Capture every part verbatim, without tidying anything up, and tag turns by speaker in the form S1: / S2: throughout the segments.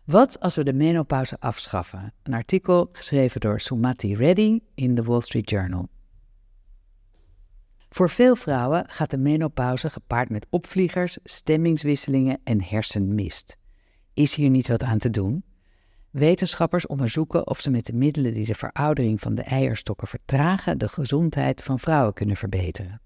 S1: Wat als we de menopauze afschaffen? Een artikel geschreven door Sumati Reddy in The Wall Street Journal. Voor veel vrouwen gaat de menopauze gepaard met opvliegers, stemmingswisselingen en hersenmist. Is hier niet wat aan te doen? Wetenschappers onderzoeken of ze met de middelen die de veroudering van de eierstokken vertragen de gezondheid van vrouwen kunnen verbeteren.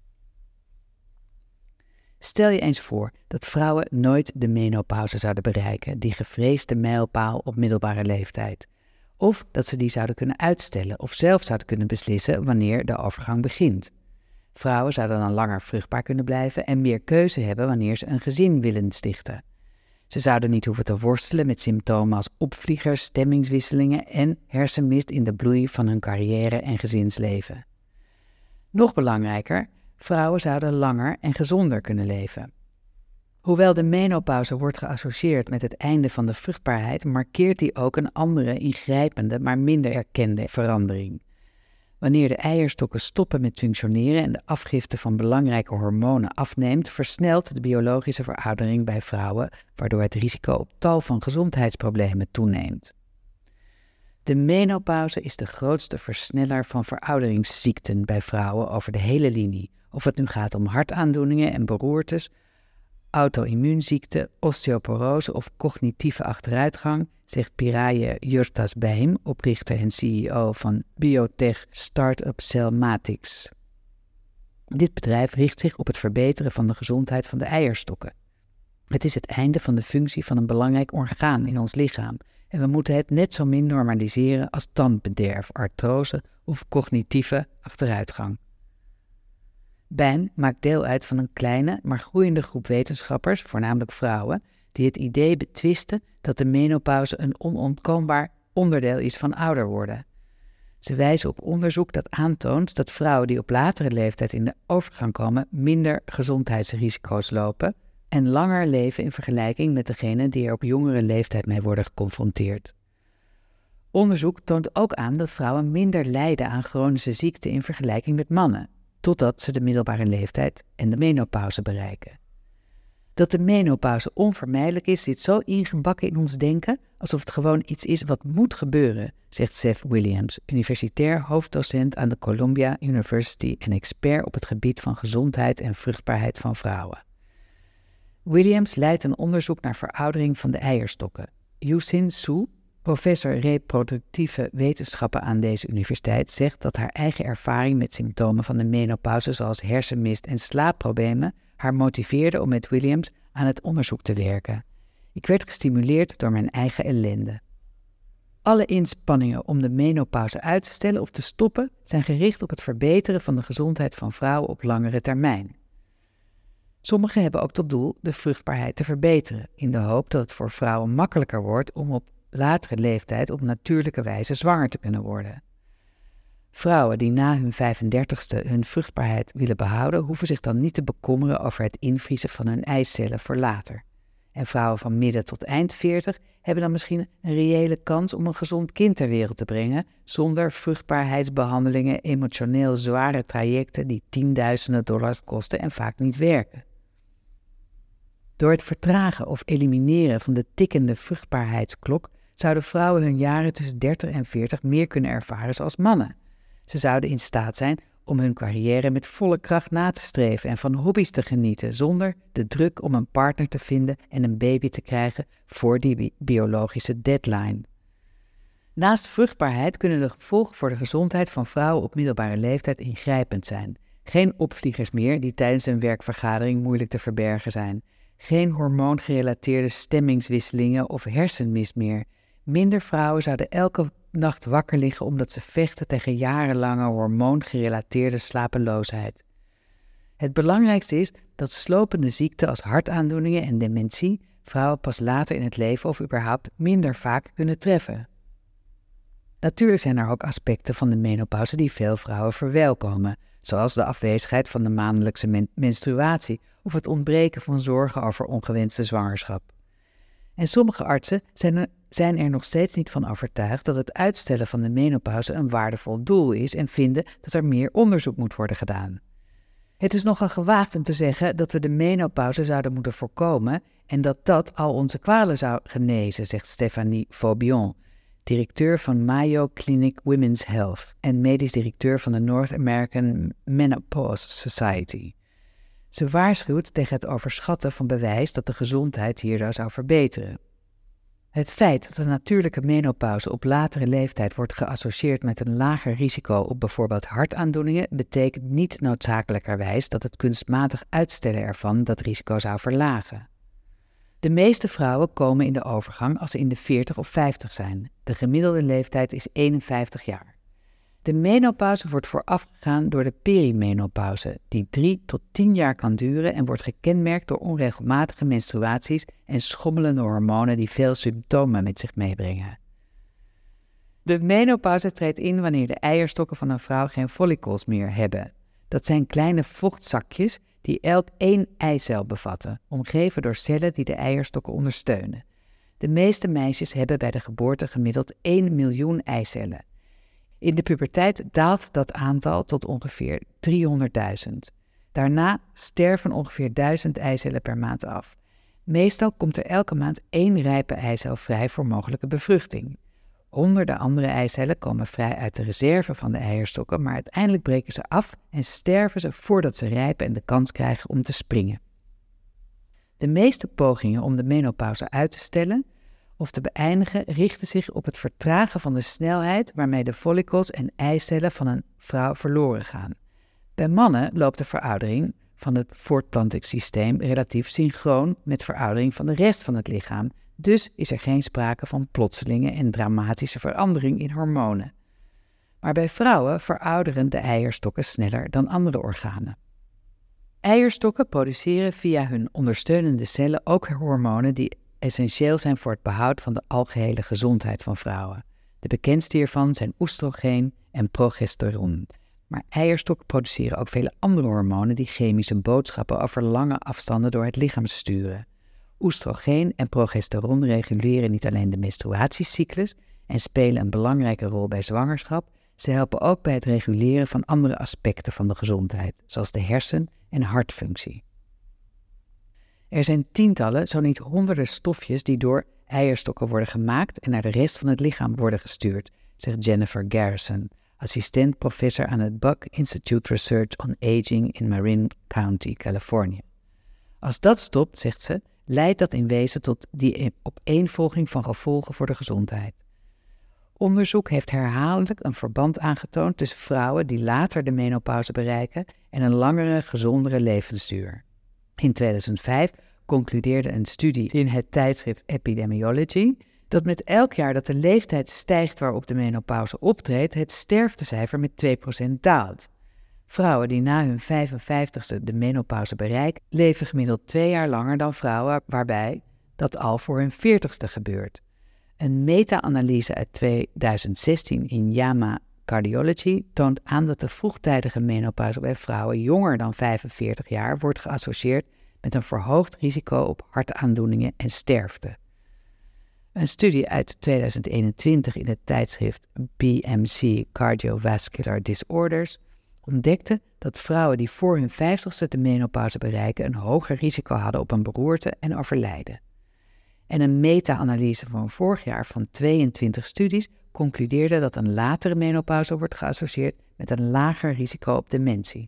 S1: Stel je eens voor dat vrouwen nooit de menopauze zouden bereiken, die gevreesde mijlpaal op middelbare leeftijd. Of dat ze die zouden kunnen uitstellen of zelf zouden kunnen beslissen wanneer de overgang begint. Vrouwen zouden dan langer vruchtbaar kunnen blijven en meer keuze hebben wanneer ze een gezin willen stichten. Ze zouden niet hoeven te worstelen met symptomen als opvliegers, stemmingswisselingen en hersenmist in de bloei van hun carrière en gezinsleven. Nog belangrijker, vrouwen zouden langer en gezonder kunnen leven. Hoewel de menopauze wordt geassocieerd met het einde van de vruchtbaarheid, markeert die ook een andere ingrijpende, maar minder erkende verandering. Wanneer de eierstokken stoppen met functioneren en de afgifte van belangrijke hormonen afneemt, versnelt de biologische veroudering bij vrouwen, waardoor het risico op tal van gezondheidsproblemen toeneemt. De menopauze is de grootste versneller van verouderingsziekten bij vrouwen over de hele linie, of het nu gaat om hartaandoeningen en beroertes, auto-immuunziekten, osteoporose of cognitieve achteruitgang, zegt Piraye Yurtasbehem, oprichter en C E O van biotech start-up Cellmatics. Dit bedrijf richt zich op het verbeteren van de gezondheid van de eierstokken. Het is het einde van de functie van een belangrijk orgaan in ons lichaam en we moeten het net zo min normaliseren als tandbederf, artrose of cognitieve achteruitgang. Behem maakt deel uit van een kleine, maar groeiende groep wetenschappers, voornamelijk vrouwen, die het idee betwisten dat de menopauze een onontkoombaar onderdeel is van ouder worden. Ze wijzen op onderzoek dat aantoont dat vrouwen die op latere leeftijd in de overgang komen minder gezondheidsrisico's lopen en langer leven in vergelijking met degenen die er op jongere leeftijd mee worden geconfronteerd. Onderzoek toont ook aan dat vrouwen minder lijden aan chronische ziekten in vergelijking met mannen, totdat ze de middelbare leeftijd en de menopauze bereiken. Dat de menopauze onvermijdelijk is, zit zo ingebakken in ons denken, alsof het gewoon iets is wat moet gebeuren, zegt Seth Williams, universitair hoofddocent aan de Columbia University en expert op het gebied van gezondheid en vruchtbaarheid van vrouwen. Williams leidt een onderzoek naar veroudering van de eierstokken. Yusin Su, professor reproductieve wetenschappen aan deze universiteit, zegt dat haar eigen ervaring met symptomen van de menopauze zoals hersenmist en slaapproblemen haar motiveerde om met Williams aan het onderzoek te werken. Ik werd gestimuleerd door mijn eigen ellende. Alle inspanningen om de menopauze uit te stellen of te stoppen zijn gericht op het verbeteren van de gezondheid van vrouwen op langere termijn. Sommigen hebben ook tot doel de vruchtbaarheid te verbeteren, in de hoop dat het voor vrouwen makkelijker wordt om op latere leeftijd op natuurlijke wijze zwanger te kunnen worden. Vrouwen die na hun vijfendertigste hun vruchtbaarheid willen behouden, hoeven zich dan niet te bekommeren over het invriezen van hun eicellen voor later. En vrouwen van midden tot eind veertig hebben dan misschien een reële kans om een gezond kind ter wereld te brengen, zonder vruchtbaarheidsbehandelingen, emotioneel zware trajecten die tienduizenden dollars kosten en vaak niet werken. Door het vertragen of elimineren van de tikkende vruchtbaarheidsklok zouden vrouwen hun jaren tussen dertig en veertig meer kunnen ervaren zoals mannen. Ze zouden in staat zijn om hun carrière met volle kracht na te streven en van hobby's te genieten, zonder de druk om een partner te vinden en een baby te krijgen voor die bi- biologische deadline. Naast vruchtbaarheid kunnen de gevolgen voor de gezondheid van vrouwen op middelbare leeftijd ingrijpend zijn. Geen opvliegers meer die tijdens een werkvergadering moeilijk te verbergen zijn. Geen hormoongerelateerde stemmingswisselingen of hersenmist meer. Minder vrouwen zouden elke nacht wakker liggen omdat ze vechten tegen jarenlange hormoongerelateerde slapeloosheid. Het belangrijkste is dat slopende ziekten als hartaandoeningen en dementie vrouwen pas later in het leven of überhaupt minder vaak kunnen treffen. Natuurlijk zijn er ook aspecten van de menopauze die veel vrouwen verwelkomen, zoals de afwezigheid van de maandelijkse men- menstruatie of het ontbreken van zorgen over ongewenste zwangerschap. En sommige artsen zijn er, zijn er nog steeds niet van overtuigd dat het uitstellen van de menopauze een waardevol doel is en vinden dat er meer onderzoek moet worden gedaan. Het is nogal gewaagd om te zeggen dat we de menopauze zouden moeten voorkomen en dat dat al onze kwalen zou genezen, zegt Stéphanie Faubion, directeur van Mayo Clinic Women's Health en medisch directeur van de North American Menopause Society. Ze waarschuwt tegen het overschatten van bewijs dat de gezondheid hierdoor zou verbeteren. Het feit dat de natuurlijke menopauze op latere leeftijd wordt geassocieerd met een lager risico op bijvoorbeeld hartaandoeningen, betekent niet noodzakelijkerwijs dat het kunstmatig uitstellen ervan dat risico zou verlagen. De meeste vrouwen komen in de overgang als ze in de veertig of vijftig zijn. De gemiddelde leeftijd is eenenvijftig jaar. De menopauze wordt voorafgegaan door de perimenopauze, die drie tot tien jaar kan duren en wordt gekenmerkt door onregelmatige menstruaties en schommelende hormonen die veel symptomen met zich meebrengen. De menopauze treedt in wanneer de eierstokken van een vrouw geen follicels meer hebben. Dat zijn kleine vochtzakjes die elk één eicel bevatten, omgeven door cellen die de eierstokken ondersteunen. De meeste meisjes hebben bij de geboorte gemiddeld één miljoen eicellen. In de puberteit daalt dat aantal tot ongeveer driehonderdduizend. Daarna sterven ongeveer duizend eicellen per maand af. Meestal komt er elke maand één rijpe eicel vrij voor mogelijke bevruchting. Honderden andere eicellen komen vrij uit de reserve van de eierstokken, maar uiteindelijk breken ze af en sterven ze voordat ze rijpen en de kans krijgen om te springen. De meeste pogingen om de menopauze uit te stellen of te beëindigen richten zich op het vertragen van de snelheid waarmee de follicels en eicellen van een vrouw verloren gaan. Bij mannen loopt de veroudering van het voortplantingssysteem relatief synchroon met veroudering van de rest van het lichaam, dus is er geen sprake van plotselinge en dramatische verandering in hormonen. Maar bij vrouwen verouderen de eierstokken sneller dan andere organen. Eierstokken produceren via hun ondersteunende cellen ook hormonen die essentieel zijn voor het behoud van de algehele gezondheid van vrouwen. De bekendste hiervan zijn oestrogeen en progesteron. Maar eierstokken produceren ook vele andere hormonen die chemische boodschappen over lange afstanden door het lichaam sturen. Oestrogeen en progesteron reguleren niet alleen de menstruatiecyclus en spelen een belangrijke rol bij zwangerschap, ze helpen ook bij het reguleren van andere aspecten van de gezondheid, zoals de hersen- en hartfunctie. Er zijn tientallen, zo niet honderden stofjes die door eierstokken worden gemaakt en naar de rest van het lichaam worden gestuurd, zegt Jennifer Garrison, assistent professor aan het Buck Institute Research on Aging in Marin County, Californië. Als dat stopt, zegt ze, leidt dat in wezen tot die opeenvolging van gevolgen voor de gezondheid. Onderzoek heeft herhaaldelijk een verband aangetoond tussen vrouwen die later de menopauze bereiken en een langere, gezondere levensduur. In tweeduizend vijf concludeerde een studie in het tijdschrift Epidemiology dat met elk jaar dat de leeftijd stijgt waarop de menopauze optreedt, het sterftecijfer met twee procent daalt. Vrouwen die na hun vijfenvijftigste de menopauze bereiken, leven gemiddeld twee jaar langer dan vrouwen waarbij dat al voor hun veertigste gebeurt. Een meta-analyse uit tweeduizend zestien in JAMA Cardiology toont aan dat de vroegtijdige menopauze bij vrouwen jonger dan vijfenveertig jaar wordt geassocieerd met een verhoogd risico op hartaandoeningen en sterfte. Een studie uit tweeduizend eenentwintig in het tijdschrift B M C Cardiovascular Disorders ontdekte dat vrouwen die voor hun vijftigste de menopauze bereiken een hoger risico hadden op een beroerte en overlijden. En een meta-analyse van vorig jaar van tweeëntwintig studies concludeerde dat een latere menopauze wordt geassocieerd met een lager risico op dementie.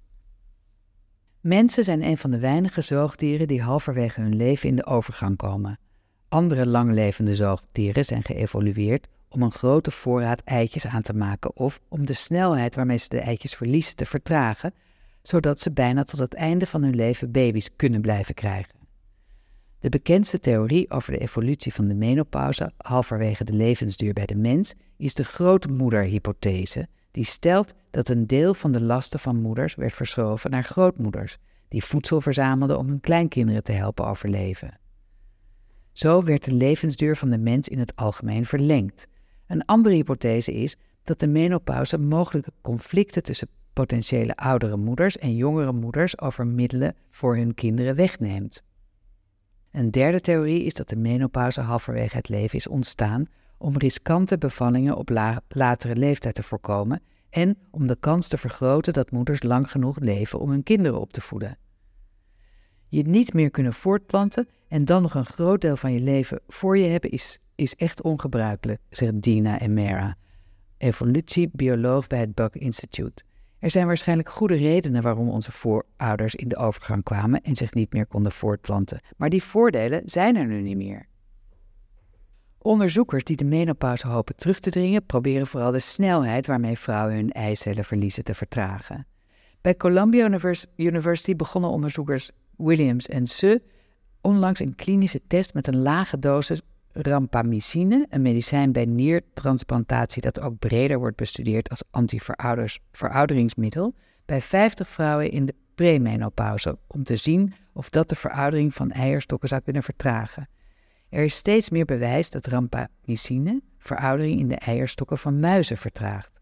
S1: Mensen zijn een van de weinige zoogdieren die halverwege hun leven in de overgang komen. Andere langlevende zoogdieren zijn geëvolueerd om een grote voorraad eitjes aan te maken of om de snelheid waarmee ze de eitjes verliezen te vertragen, zodat ze bijna tot het einde van hun leven baby's kunnen blijven krijgen. De bekendste theorie over de evolutie van de menopauze, halverwege de levensduur bij de mens, is de grootmoederhypothese, die stelt dat een deel van de lasten van moeders werd verschoven naar grootmoeders, die voedsel verzamelden om hun kleinkinderen te helpen overleven. Zo werd de levensduur van de mens in het algemeen verlengd. Een andere hypothese is dat de menopauze mogelijke conflicten tussen potentiële oudere moeders en jongere moeders over middelen voor hun kinderen wegneemt. Een derde theorie is dat de menopauze halverwege het leven is ontstaan om riskante bevallingen op la- latere leeftijd te voorkomen en om de kans te vergroten dat moeders lang genoeg leven om hun kinderen op te voeden. Je niet meer kunnen voortplanten en dan nog een groot deel van je leven voor je hebben is, is echt ongebruikelijk, zegt Dina Emera, evolutiebioloog bij het Buck Institute. Er zijn waarschijnlijk goede redenen waarom onze voorouders in de overgang kwamen en zich niet meer konden voortplanten, maar die voordelen zijn er nu niet meer. Onderzoekers die de menopauze hopen terug te dringen, proberen vooral de snelheid waarmee vrouwen hun eicellen verliezen te vertragen. Bij Columbia Univers- University begonnen onderzoekers Williams en Su onlangs een klinische test met een lage dosis rampamycine, een medicijn bij niertransplantatie dat ook breder wordt bestudeerd als antiverouderingsmiddel, bij vijftig vrouwen in de premenopauze, om te zien of dat de veroudering van eierstokken zou kunnen vertragen. Er is steeds meer bewijs dat rampamycine veroudering in de eierstokken van muizen vertraagt.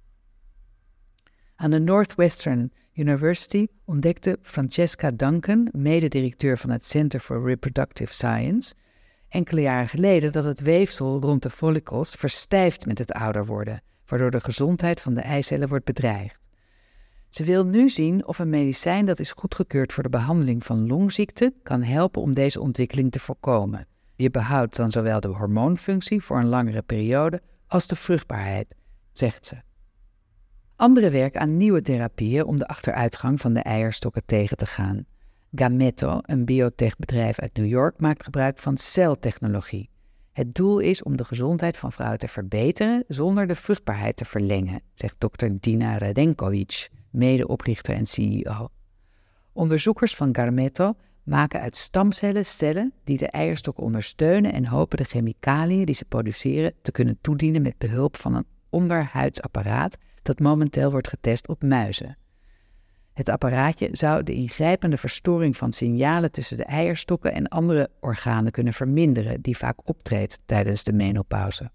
S1: Aan de Northwestern University ontdekte Francesca Duncan, mededirecteur van het Center for Reproductive Science, enkele jaren geleden dat het weefsel rond de follicles verstijft met het ouder worden, waardoor de gezondheid van de eicellen wordt bedreigd. Ze wil nu zien of een medicijn dat is goedgekeurd voor de behandeling van longziekten kan helpen om deze ontwikkeling te voorkomen. Je behoudt dan zowel de hormoonfunctie voor een langere periode als de vruchtbaarheid, zegt ze. Anderen werken aan nieuwe therapieën om de achteruitgang van de eierstokken tegen te gaan. Gametto, een biotechbedrijf uit New York, maakt gebruik van celtechnologie. Het doel is om de gezondheid van vrouwen te verbeteren zonder de vruchtbaarheid te verlengen, zegt dokter Dina Radenkovic, medeoprichter en C E O. Onderzoekers van Gametto maken uit stamcellen cellen die de eierstokken ondersteunen en hopen de chemicaliën die ze produceren te kunnen toedienen met behulp van een onderhuidsapparaat dat momenteel wordt getest op muizen. Het apparaatje zou de ingrijpende verstoring van signalen tussen de eierstokken en andere organen kunnen verminderen die vaak optreedt tijdens de menopauze.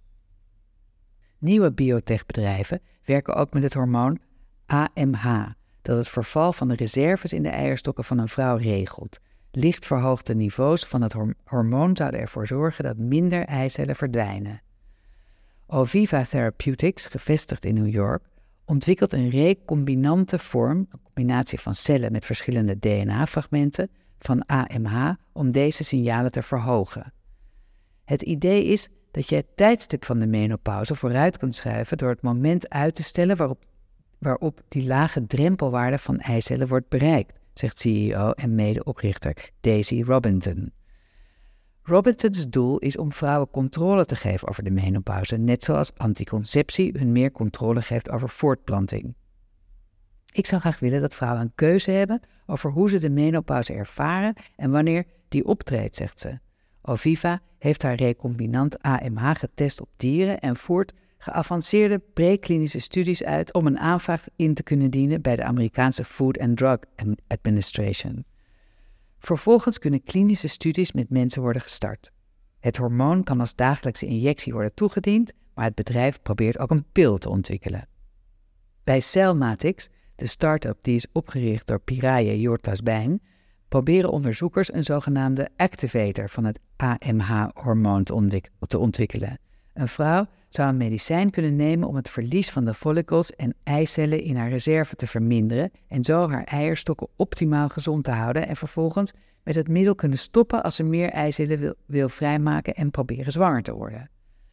S1: Nieuwe biotechbedrijven werken ook met het hormoon A M H, dat het verval van de reserves in de eierstokken van een vrouw regelt. Licht verhoogde niveaus van het hormoon zouden ervoor zorgen dat minder eicellen verdwijnen. Oviva Therapeutics, gevestigd in New York, ontwikkelt een recombinante vorm, een combinatie van cellen met verschillende D N A-fragmenten, van A M H om deze signalen te verhogen. Het idee is dat je het tijdstip van de menopauze vooruit kunt schuiven door het moment uit te stellen waarop, waarop die lage drempelwaarde van eicellen wordt bereikt, zegt C E O en medeoprichter Daisy Robinson. Robinsons doel is om vrouwen controle te geven over de menopauze, net zoals anticonceptie hun meer controle geeft over voortplanting. Ik zou graag willen dat vrouwen een keuze hebben over hoe ze de menopauze ervaren en wanneer die optreedt, zegt ze. Oviva heeft haar recombinant A M H getest op dieren en voert geavanceerde preklinische studies uit om een aanvraag in te kunnen dienen bij de Amerikaanse Food and Drug Administration. Vervolgens kunnen klinische studies met mensen worden gestart. Het hormoon kan als dagelijkse injectie worden toegediend, maar het bedrijf probeert ook een pil te ontwikkelen. Bij Cellmatics, de start-up die is opgericht door Piraye Jortasbijn, proberen onderzoekers een zogenaamde activator van het A M H-hormoon te, ontwik- te ontwikkelen. Een vrouw zou een medicijn kunnen nemen om het verlies van de follicles en eicellen in haar reserve te verminderen en zo haar eierstokken optimaal gezond te houden en vervolgens met het middel kunnen stoppen als ze meer eicellen wil, wil vrijmaken en proberen zwanger te worden.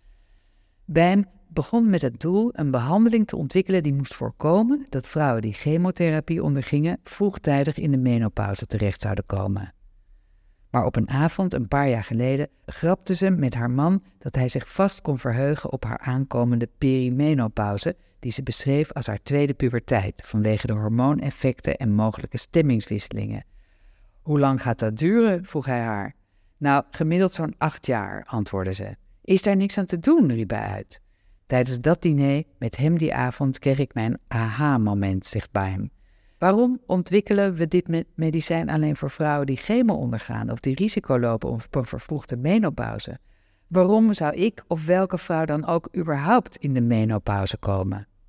S1: B A M begon met het doel een behandeling te ontwikkelen die moest voorkomen dat vrouwen die chemotherapie ondergingen vroegtijdig in de menopauze terecht zouden komen. Maar op een avond, een paar jaar geleden, grapte ze met haar man dat hij zich vast kon verheugen op haar aankomende perimenopauze, die ze beschreef als haar tweede puberteit, vanwege de hormooneffecten en mogelijke stemmingswisselingen. Hoe lang gaat dat duren? Vroeg hij haar. Nou, gemiddeld zo'n acht jaar, antwoordde ze. Is daar niks aan te doen, riep hij uit. Tijdens dat diner met hem die avond kreeg ik mijn aha-moment, zegt Baim. Waarom ontwikkelen we dit medicijn alleen voor vrouwen die chemo ondergaan of die risico lopen op een vervroegde menopauze? Waarom zou ik of welke vrouw dan ook überhaupt in de menopauze komen?